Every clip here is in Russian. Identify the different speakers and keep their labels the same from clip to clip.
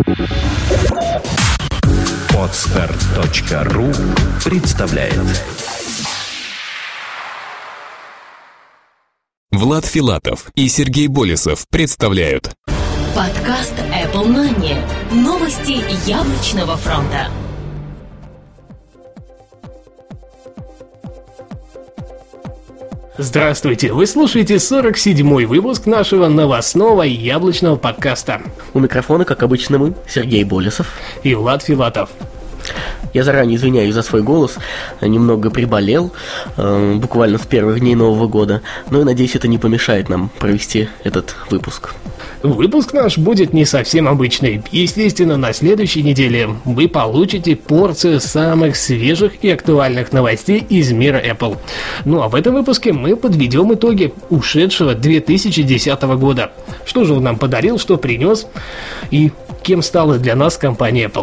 Speaker 1: Podster.ru представляет.
Speaker 2: Влад Филатов и Сергей Болесов представляют
Speaker 3: подкаст Apple Money. Новости яблочного фронта.
Speaker 4: Здравствуйте! Вы слушаете 47-й выпуск нашего новостного яблочного подкаста.
Speaker 5: У микрофона, как обычно, мы, Сергей Болесов
Speaker 4: и Влад Филатов.
Speaker 5: Я заранее извиняюсь за свой голос, немного приболел, буквально с первых дней Нового года, но и надеюсь, это не помешает нам провести этот выпуск.
Speaker 4: Выпуск наш будет не совсем обычный. Естественно, на следующей неделе вы получите порцию самых свежих и актуальных новостей из мира Apple. Ну а в этом выпуске мы подведем итоги ушедшего 2010 года. Что же он нам подарил, что принес и кем стала для нас компания Apple.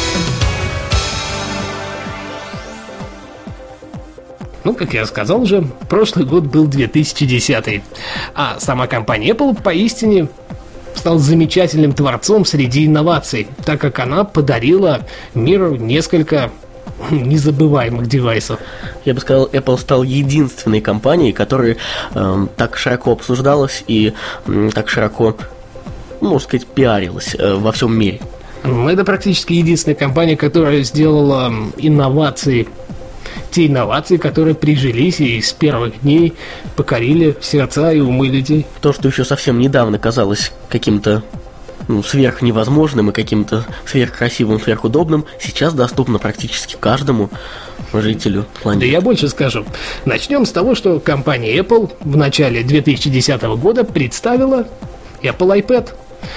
Speaker 4: Ну, как я сказал уже, прошлый год был 2010, а сама компания Apple поистине стал замечательным творцом среди инноваций, так как она подарила миру несколько незабываемых девайсов.
Speaker 5: Я бы сказал, Apple стал единственной компанией, которая так широко обсуждалась и так широко, можно сказать, пиарилась во всем мире.
Speaker 4: Это практически единственная компания, которая сделала те инновации, которые прижились и с первых дней покорили сердца и умы людей.
Speaker 5: То, что еще совсем недавно казалось каким-то сверхневозможным и каким-то сверхкрасивым, сверхудобным, сейчас доступно практически каждому жителю планеты.
Speaker 4: Да я больше скажу. Начнем с того, что компания Apple в начале 2010 года представила Apple iPad.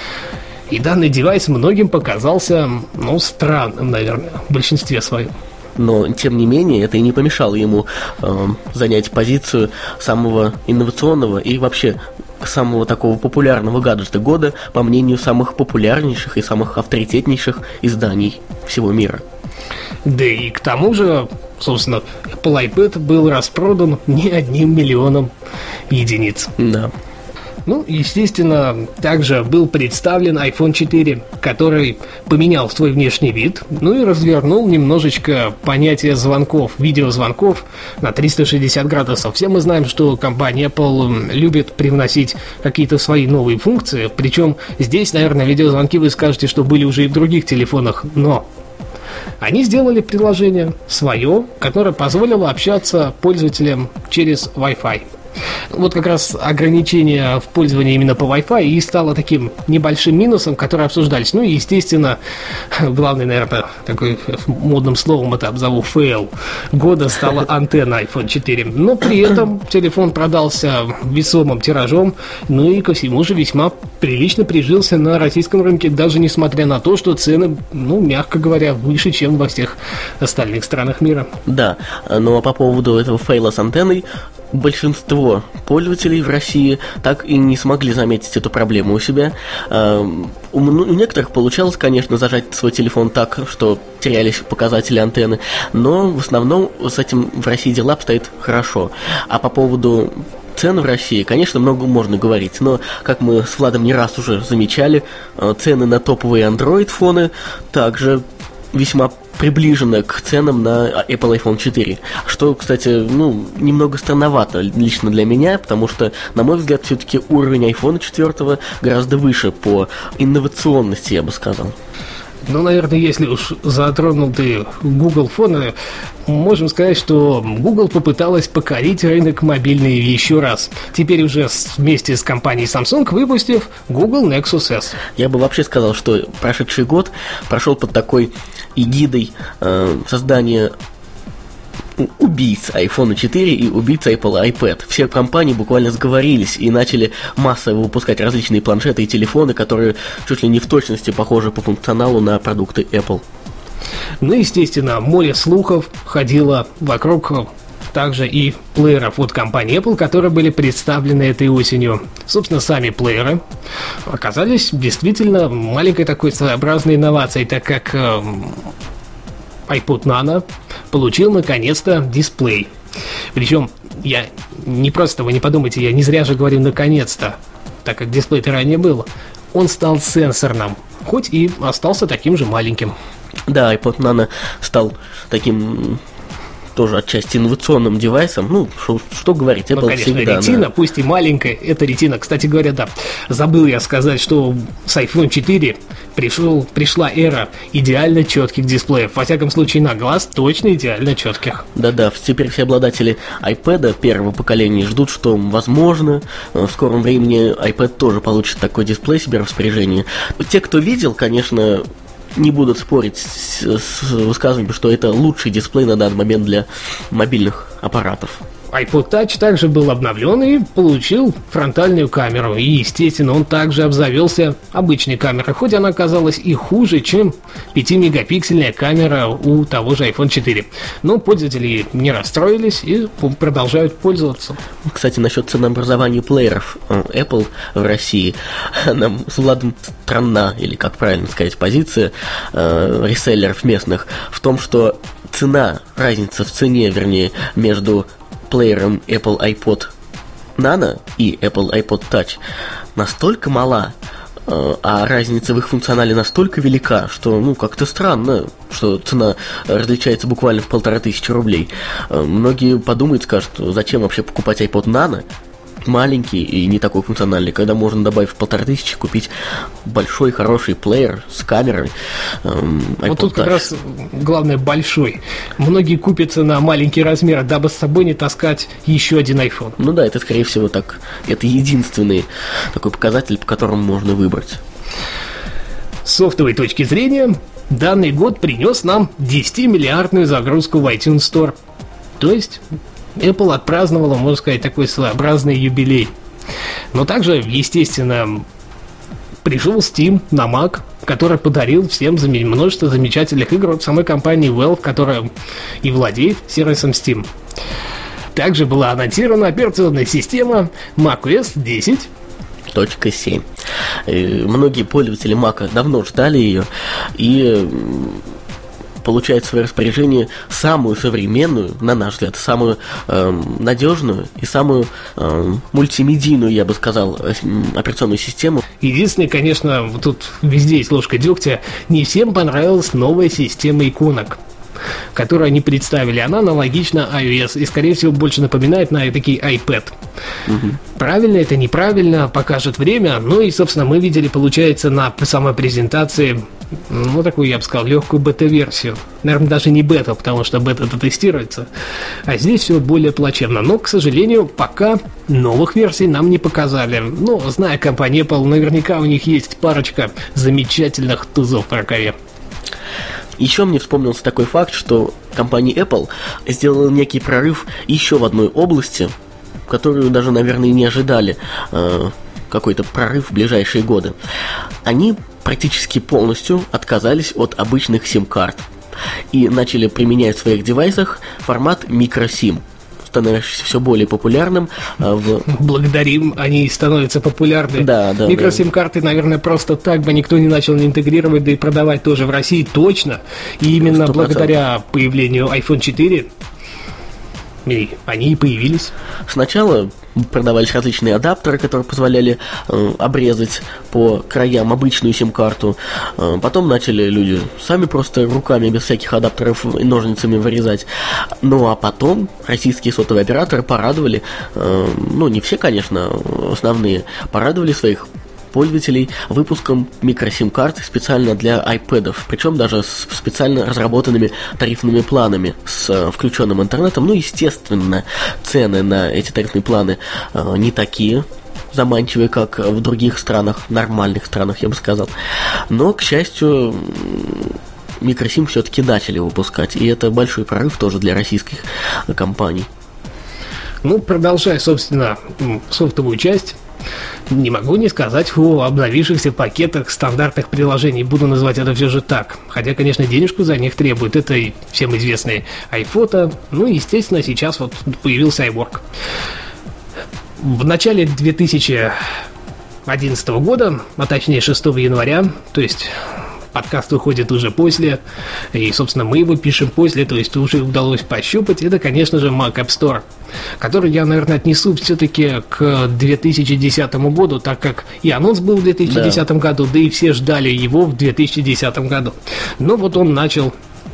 Speaker 4: И данный девайс многим показался, странным, наверное, в большинстве своем.
Speaker 5: Но, тем не менее, это и не помешало ему занять позицию самого инновационного и вообще самого такого популярного гаджета года, по мнению самых популярнейших и самых авторитетнейших изданий всего мира.
Speaker 4: Да и к тому же, собственно, Apple iPad был распродан не 1 миллионом единиц.
Speaker 5: Да.
Speaker 4: Естественно, также был представлен iPhone 4, который поменял свой внешний вид, и развернул немножечко понятие звонков, видеозвонков на 360 градусов. Все мы знаем, что компания Apple любит привносить какие-то свои новые функции, причем здесь, наверное, видеозвонки вы скажете, что были уже и в других телефонах, но они сделали приложение свое, которое позволило общаться пользователям через Wi-Fi. Вот как раз ограничение в пользовании именно по Wi-Fi и стало таким небольшим минусом, который обсуждались. И, естественно, главный, наверное, такой модным словом это обзову фейл года стала антенна iPhone 4. Но при этом телефон продался весомым тиражом, и ко всему же весьма прилично прижился на российском рынке, даже несмотря на то, что цены, мягко говоря, выше, чем во всех остальных странах мира.
Speaker 5: Да, но по поводу этого фейла с антенной, большинство пользователей в России так и не смогли заметить эту проблему у себя. У некоторых получалось, конечно, зажать свой телефон так, что терялись показатели антенны, но в основном с этим в России дела обстоят хорошо. А по поводу цен в России, конечно, много можно говорить, но, как мы с Владом не раз уже замечали, цены на топовые Android-фоны также весьма приближено к ценам на Apple iPhone 4. Что, кстати, немного странновато лично для меня, потому что, на мой взгляд, все-таки уровень iPhone 4 гораздо выше по инновационности, я бы сказал.
Speaker 4: Наверное, если уж затронул ты Google фоны, можем сказать, что Google попыталась покорить рынок мобильный еще раз. Теперь уже вместе с компанией Samsung выпустив Google Nexus S.
Speaker 5: Я бы вообще сказал, что прошедший год прошел под такой эгидой создания убийц iPhone 4 и убийц Apple iPad. Все компании буквально сговорились и начали массово выпускать различные планшеты и телефоны, которые чуть ли не в точности похожи по функционалу на продукты Apple.
Speaker 4: Естественно, море слухов ходило вокруг также и плееров от компании Apple, которые были представлены этой осенью. Собственно, сами плееры оказались действительно маленькой такой своеобразной инновацией, так как iPod Nano получил наконец-то дисплей. Причем я не просто, вы не подумайте, я не зря же говорю наконец-то, так как дисплей-то ранее был. Он стал сенсорным. хоть и остался таким же маленьким.
Speaker 5: Да, iPod Nano стал таким тоже отчасти инновационным девайсом. Ну, что говорить, Apple
Speaker 4: конечно,
Speaker 5: всегда...
Speaker 4: ретина, пусть и маленькая, это ретина. Кстати говоря, да, забыл я сказать, что с iPhone 4 пришла эра идеально четких дисплеев. Во всяком случае, на глаз точно идеально четких.
Speaker 5: Да-да, теперь все обладатели iPad первого поколения ждут, что, возможно, в скором времени iPad тоже получит такой дисплей себе в распоряжении. Те, кто видел, конечно, не будут спорить с высказыванием, что это лучший дисплей на данный момент для мобильных аппаратов.
Speaker 4: iPod Touch также был обновлен и получил фронтальную камеру. И, естественно, он также обзавелся обычной камерой, хоть она оказалась и хуже, чем 5-мегапиксельная камера у того же iPhone 4. Но пользователи не расстроились и продолжают пользоваться.
Speaker 5: Кстати, насчет ценообразования плееров Apple в России, нам с Владом странна, или как правильно сказать, позиция реселлеров местных в том, что разница в цене, вернее, между плеером Apple iPod Nano и Apple iPod Touch настолько мала, а разница в их функционале настолько велика, что, как-то странно, что цена различается буквально в 1500 рублей. Многие подумают, скажут, зачем вообще покупать iPod Nano, маленький и не такой функциональный, когда можно, добавив 1500, купить большой хороший плеер с камерой.
Speaker 4: Вот тут Touch. Как раз главное большой. Многие купятся на маленький размер, дабы с собой не таскать еще один iPhone.
Speaker 5: Ну да, это скорее всего так. Это единственный такой показатель, по которому можно выбрать.
Speaker 4: С софтовой точки зрения, данный год принес нам 10-миллиардную загрузку в iTunes Store. То есть Apple отпраздновала, можно сказать, такой своеобразный юбилей. Но также, естественно, пришел Steam на Mac, который подарил всем множество замечательных игр от самой компании Valve, которая и владеет сервисом Steam. Также была анонсирована операционная система macOS 10.7.
Speaker 5: Многие пользователи Mac давно ждали ее и получает в свое распоряжение самую современную, на наш взгляд, самую надежную и самую мультимедийную, я бы сказал, операционную систему.
Speaker 4: Единственное, конечно, тут везде есть ложка дегтя, не всем понравилась новая система иконок, которую они представили. Она аналогична iOS и, скорее всего, больше напоминает на такие iPad. Угу. Правильно это, неправильно, покажет время. Ну и, собственно, мы видели, получается, на самой презентации, такую, я бы сказал, легкую бета-версию. Наверное, даже не бета, потому что бета-то тестируется. А здесь все более плачевно. Но, к сожалению, пока новых версий нам не показали. Но, зная компанию Apple, наверняка у них есть парочка замечательных тузов в рукаве.
Speaker 5: Еще мне вспомнился такой факт, что компания Apple сделала некий прорыв еще в одной области, которую даже, наверное, не ожидали какой-то прорыв в ближайшие годы. Они практически полностью отказались от обычных сим-карт и начали применять в своих девайсах формат microSIM, становящийся все более популярным.
Speaker 4: Благодарим, они становятся популярны.
Speaker 5: Да.
Speaker 4: Микросим-карты, наверное, просто так бы никто не начал интегрировать, да и продавать тоже в России точно. И именно 100%. Благодаря появлению iPhone 4 они и появились.
Speaker 5: Сначала продавались различные адаптеры, которые позволяли обрезать по краям обычную сим-карту. Потом начали люди сами просто руками, без всяких адаптеров и ножницами вырезать. Ну а потом российские сотовые операторы порадовали, не все, конечно, основные, порадовали своих пользователей выпуском микросим-карт специально для iPad'ов, причем даже с специально разработанными тарифными планами с включенным интернетом. Естественно, цены на эти тарифные планы не такие заманчивые, как в других странах, нормальных странах, я бы сказал. Но, к счастью, микросим все-таки начали выпускать, и это большой прорыв тоже для российских компаний.
Speaker 4: Продолжая, собственно, софтовую часть, не могу не сказать о обновившихся пакетах стандартных приложений. Буду называть это все же так. Хотя, конечно, денежку за них требуют. Это и всем известные iPhoto. Естественно, сейчас появился iWork. В начале 2011 года, а точнее 6 января, то есть подкаст выходит уже после, и, собственно, мы его пишем после, то есть уже удалось пощупать, это, конечно же, Mac App Store, который я, наверное, отнесу все-таки к 2010 году, так как и анонс был в 2010 году, да и все ждали его в 2010 году. Но вот он начал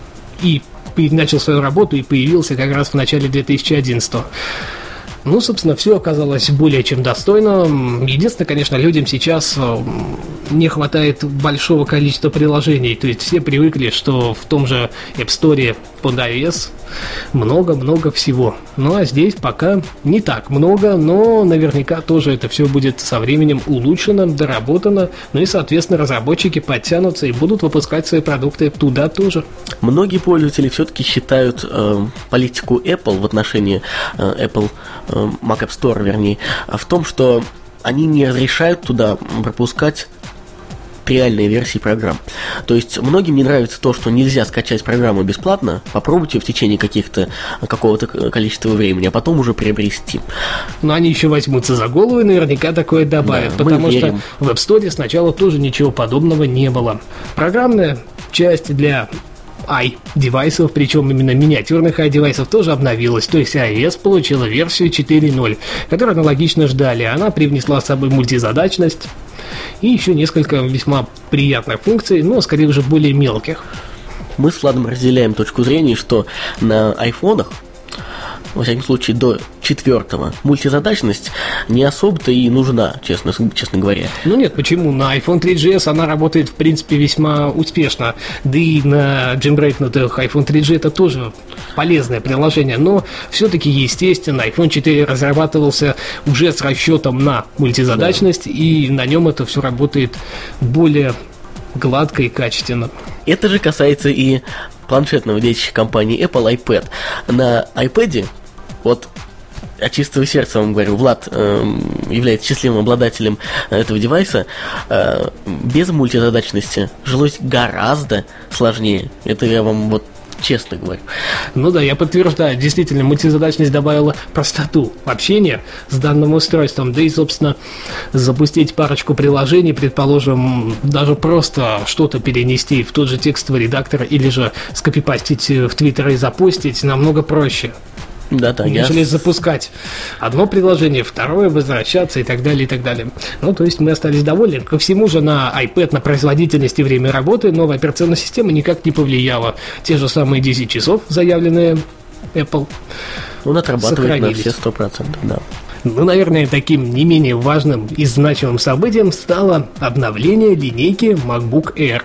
Speaker 4: свою работу и появился как раз в начале 2011. Ну, собственно, все оказалось более чем достойно. Единственное, конечно, людям сейчас не хватает большого количества приложений. То есть все привыкли, что в том же App Store под iOS много-много всего. Ну, а здесь пока не так много, но наверняка тоже это все будет со временем улучшено, доработано. Ну и, соответственно, разработчики подтянутся и будут выпускать свои продукты туда тоже.
Speaker 5: Многие пользователи все-таки считают политику Apple в отношении Apple Mac App Store, вернее, в том, что они не разрешают туда пропускать реальные версии программ. То есть многим не нравится то, что нельзя скачать программу бесплатно, попробовать ее в течение какого-то количества времени, а потом уже приобрести.
Speaker 4: Но они еще возьмутся за голову и наверняка такое добавят, да, потому что в App Store сначала тоже ничего подобного не было. Программная часть для i-девайсов, причем именно миниатюрных i-девайсов, тоже обновилась. То есть iOS получила версию 4.0, которую аналогично ждали. Она привнесла с собой мультизадачность и еще несколько весьма приятных функций, но скорее уже более мелких.
Speaker 5: Мы с Владом разделяем точку зрения, что на айфонах, во всяком случае, до 4-го мультизадачность не особо-то и нужна, честно говоря.
Speaker 4: Ну нет, почему? На iPhone 3GS она работает, в принципе, весьма успешно. Да и на джембрейкнутых iPhone 3G это тоже полезное приложение. Но все-таки, естественно, iPhone 4 разрабатывался уже с расчетом на мультизадачность, да. И на нем это все работает более гладко и качественно.
Speaker 5: Это же касается и планшетного детища компании Apple iPad. На iPad, вот от чистого сердца вам говорю, Влад является счастливым обладателем этого девайса, без мультизадачности жилось гораздо сложнее. Это я вам вот честно говорю.
Speaker 4: Ну да, я подтверждаю, действительно, мультизадачность добавила простоту общения с данным устройством, да и, собственно, запустить парочку приложений, предположим, даже просто что-то перенести в тот же текстовый редактор или же скопипастить в Твиттер и запустить намного проще.
Speaker 5: Да,
Speaker 4: нежели запускать одно приложение, второе, возвращаться и так далее, и так далее. Ну, то есть мы остались довольны. Ко всему же на iPad, на производительность и время работы новая операционная система никак не повлияла. Те же самые 10 часов, заявленные Apple,
Speaker 5: он отрабатывает на все 100%, да.
Speaker 4: Ну, наверное, таким не менее важным и значимым событием стало обновление линейки MacBook Air,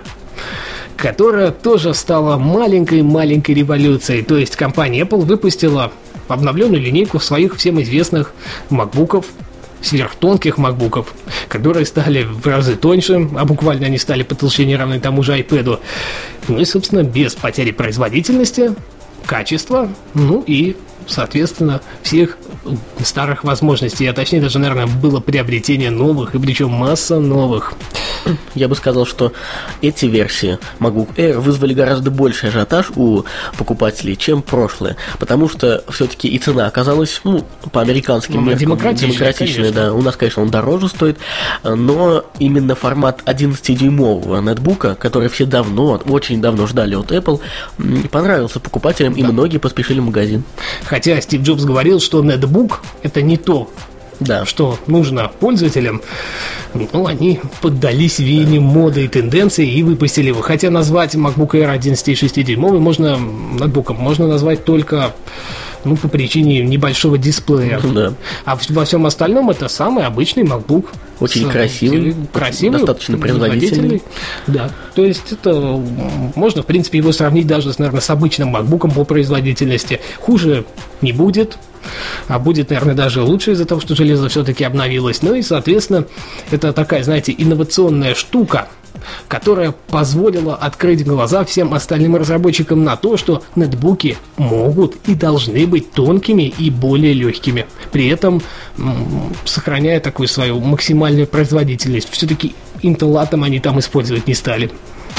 Speaker 4: которая тоже стала маленькой революцией. То есть компания Apple выпустила обновленную линейку своих всем известных макбуков, сверхтонких макбуков, которые стали в разы тоньше, а буквально они стали по толщине равны тому же iPad. Ну и, собственно, без потери производительности, качества, ну и, соответственно, всех старых возможностей, а точнее даже, наверное, было приобретение новых, и причем масса новых.
Speaker 5: Я бы сказал, что эти версии MacBook Air вызвали гораздо больше ажиотаж у покупателей, чем прошлые, потому что все-таки и цена оказалась, по американским меркам демократичной, да. У нас, конечно, он дороже стоит, но именно формат 11-дюймового нетбука, который все очень давно ждали от Apple, понравился покупателям, да. И многие поспешили в магазин.
Speaker 4: Хотя Стив Джобс говорил, что нетбук – это не то,
Speaker 5: да,
Speaker 4: что нужно пользователям, но они поддались веяниям моды и тенденций и выпустили его. Хотя назвать MacBook Air 11,6-дюймовый ноутбуком можно назвать только по причине небольшого дисплея.
Speaker 5: Да.
Speaker 4: А во всем остальном это самый обычный MacBook.
Speaker 5: Очень красивый, достаточно производительный.
Speaker 4: Да, то есть это можно, в принципе, его сравнить даже, наверное, с обычным MacBook'ом по производительности. Хуже не будет, а будет, наверное, даже лучше из-за того, что железо все-таки обновилось. Ну и, соответственно, это такая, знаете, инновационная штука, которая позволила открыть глаза всем остальным разработчикам на то, что нетбуки могут и должны быть тонкими и более легкими, при этом сохраняя такую свою максимальную производительность. Все-таки Intel Atom они там использовать не стали.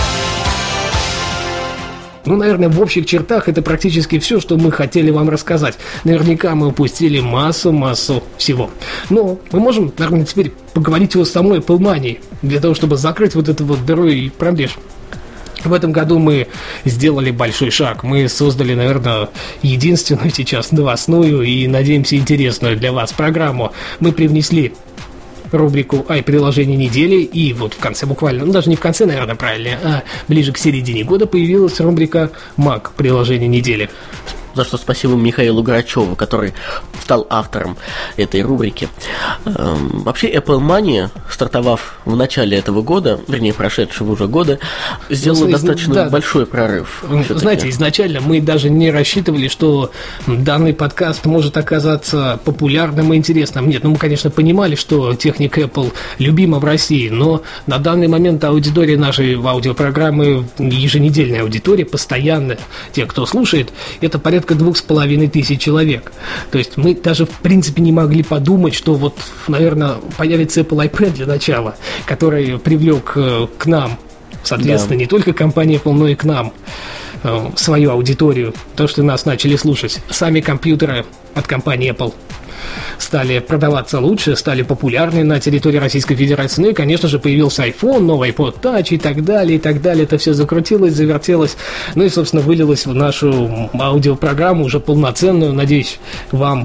Speaker 4: Наверное, в общих чертах это практически все, что мы хотели вам рассказать. Наверняка мы упустили массу всего. Но мы можем, наверное, теперь поговорить о самой Apple Mania, для того, чтобы закрыть вот эту вот дыру и пробеж. В этом году мы сделали большой шаг. Мы создали, наверное, единственную сейчас новостную и, надеемся, интересную для вас программу. Мы привнесли рубрику «Ай-приложение недели», и вот в конце буквально, ну даже не в конце, наверное, правильно, а ближе к середине года появилась рубрика «Мак-приложение недели».
Speaker 5: За что спасибо Михаилу Грачеву, который стал автором этой рубрики. Вообще, Apple Money, стартовав в начале этого года, вернее, прошедшего уже года, сделала достаточно большой прорыв.
Speaker 4: Знаете, изначально мы даже не рассчитывали, что данный подкаст может оказаться популярным и интересным. Нет, мы, конечно, понимали, что техника Apple любима в России, но на данный момент аудитория нашей аудиопрограммы, еженедельная аудитория, постоянно, те, кто слушает, это порядка 2500 человек. То есть мы даже в принципе не могли подумать, что вот, наверное, появится Apple iPad для начала, который привлек к нам, соответственно, не только компания Apple, но и к нам свою аудиторию, то, что нас начали слушать. Сами компьютеры от компании Apple стали продаваться лучше, стали популярны на территории Российской Федерации. Ну и, конечно же, появился iPhone, новый iPod Touch и так далее, и так далее. Это все закрутилось, завертелось. Ну и, собственно, вылилось в нашу аудиопрограмму уже полноценную. Надеюсь, вам,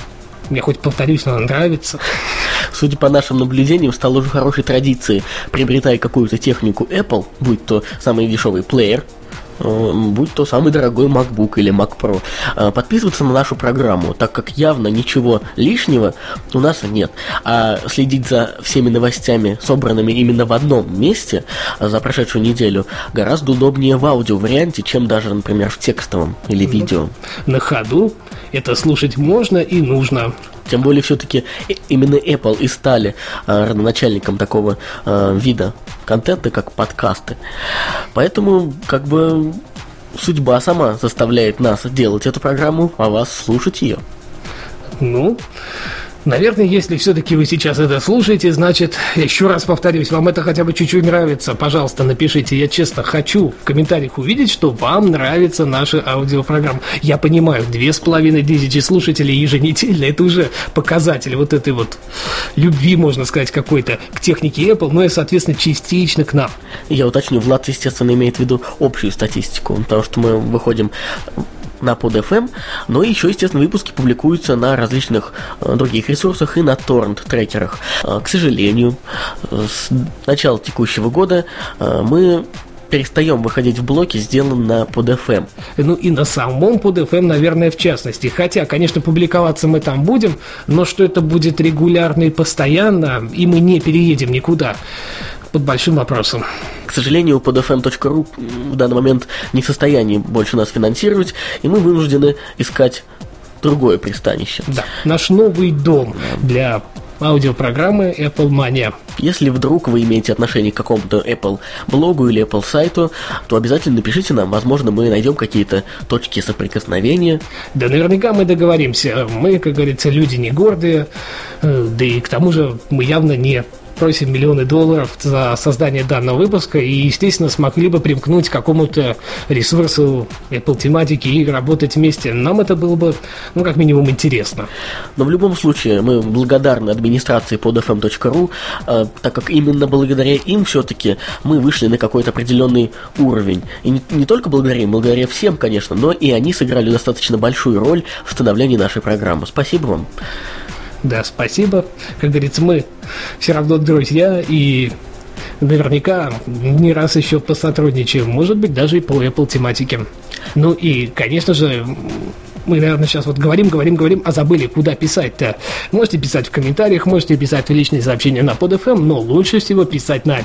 Speaker 4: я хоть повторюсь, но нравится.
Speaker 5: Судя по нашим наблюдениям, стало уже хорошей традицией, приобретая какую-то технику Apple, будь то самый дешевый плеер, будь то самый дорогой MacBook или Mac Pro, подписываться на нашу программу, так как явно ничего лишнего у нас нет. А следить за всеми новостями, собранными именно в одном месте за прошедшую неделю, гораздо удобнее в аудио-варианте, чем даже, например, в текстовом или видео.
Speaker 4: На ходу это слушать можно и нужно.
Speaker 5: Тем более, все-таки именно Apple и стали родоначальником такого вида контента, как подкасты. Поэтому, как бы, судьба сама заставляет нас делать эту программу, а вас слушать ее.
Speaker 4: Ну, наверное, если все-таки вы сейчас это слушаете, значит, еще раз повторюсь, вам это хотя бы чуть-чуть нравится. Пожалуйста, напишите. Я честно хочу в комментариях увидеть, что вам нравится наша аудиопрограмма. Я понимаю, 2500 слушателей еженедельно, это уже показатель вот этой вот любви, можно сказать, какой-то к технике Apple, но и, соответственно, частично к нам.
Speaker 5: Я уточню, Влад, естественно, имеет в виду общую статистику, потому что мы выходим на PodFM, но еще, естественно, выпуски публикуются на различных других ресурсах и на торрент-трекерах. К сожалению, с начала текущего года мы перестаем выходить в блоки, сделанные на PodFM.
Speaker 4: Ну и на самом PodFM, наверное, в частности. Хотя, конечно, публиковаться мы там будем, но что это будет регулярно и постоянно, и мы не переедем никуда, под большим вопросом.
Speaker 5: К сожалению, podfm.ru в данный момент не в состоянии больше нас финансировать, и мы вынуждены искать другое пристанище.
Speaker 4: Да, наш новый дом для аудиопрограммы Apple Mania.
Speaker 5: Если вдруг вы имеете отношение к какому-то Apple блогу или Apple сайту, то обязательно напишите нам, возможно, мы найдем какие-то точки соприкосновения.
Speaker 4: Да наверняка мы договоримся. Мы, как говорится, люди не гордые, да и к тому же мы явно не просим миллионы долларов за создание данного выпуска и, естественно, смогли бы примкнуть к какому-то ресурсу Apple тематики и работать вместе. Нам это было бы, ну, как минимум, интересно.
Speaker 5: Но в любом случае мы благодарны администрации podfm.ru, так как именно благодаря им все-таки мы вышли на какой-то определенный уровень. И не только благодаря всем, конечно, но и они сыграли достаточно большую роль в становлении нашей программы. Спасибо вам.
Speaker 4: Да, спасибо. Как говорится, мы все равно друзья и наверняка не раз еще посотрудничаем, может быть, даже и по Apple тематике. Ну и, конечно же, мы, наверное, сейчас вот говорим, а забыли, куда писать-то. Можете писать в комментариях, можете писать в личные сообщения на PodFM, но лучше всего писать на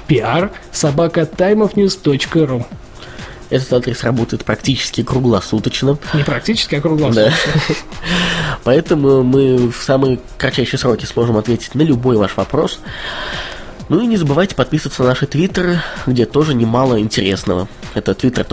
Speaker 4: pr@timeofnews.ru.
Speaker 5: Этот адрес работает практически круглосуточно.
Speaker 4: Не практически, а круглосуточно.
Speaker 5: Да. Поэтому мы в самые кратчайшие сроки сможем ответить на любой ваш вопрос. Ну и не забывайте подписываться на наши твиттеры, где тоже немало интересного. Это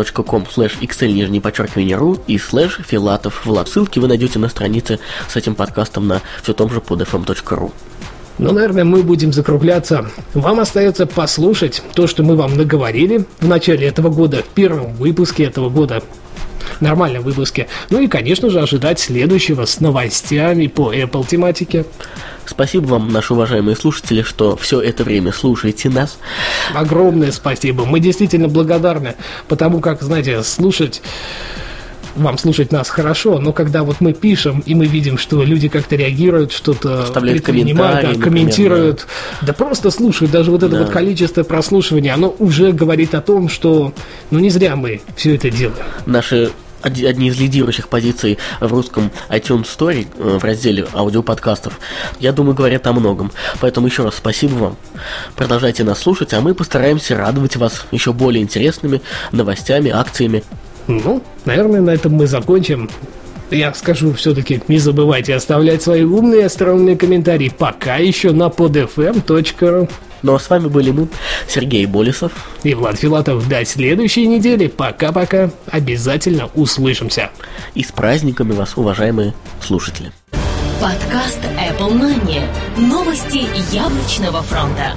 Speaker 5: twitter.com/xl_ru и /Filatov_Vlad. Ссылки вы найдете на странице с этим подкастом на все том же podfm.ru.
Speaker 4: Ну, наверное, мы будем закругляться. Вам остается послушать то, что мы вам наговорили в начале этого года, в первом выпуске этого года. нормальном выпуске. Ну и, конечно же, ожидать следующего с новостями по Apple тематике.
Speaker 5: Спасибо вам, наши уважаемые слушатели, что все это время слушаете нас.
Speaker 4: Огромное спасибо. Мы действительно благодарны, потому как, знаете, слушать нас хорошо, но когда вот мы пишем, и мы видим, что люди как-то реагируют, что-то предпринимают, комментируют, да просто слушают, даже вот это вот количество прослушиваний, оно уже говорит о том, что, не зря мы все это делаем.
Speaker 5: Одни из лидирующих позиций в русском iTunes Store в разделе аудиоподкастов, я думаю, говорят о многом. Поэтому еще раз спасибо вам. Продолжайте нас слушать, а мы постараемся радовать вас еще более интересными новостями, акциями.
Speaker 4: Наверное, на этом мы закончим. Я скажу все-таки, не забывайте оставлять свои умные и остроумные комментарии пока еще на podfm.ru.
Speaker 5: Ну а с вами были мы, Сергей Болесов
Speaker 4: и Влад Филатов. До следующей недели. Пока-пока. Обязательно услышимся.
Speaker 5: И с праздниками вас, уважаемые слушатели.
Speaker 3: Подкаст Apple Money. Новости яблочного фронта.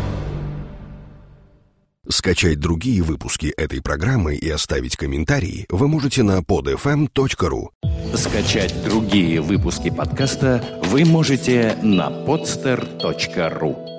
Speaker 6: Скачать другие выпуски этой программы и оставить комментарии вы можете на podfm.ru.
Speaker 1: Скачать другие выпуски подкаста вы можете на podster.ru.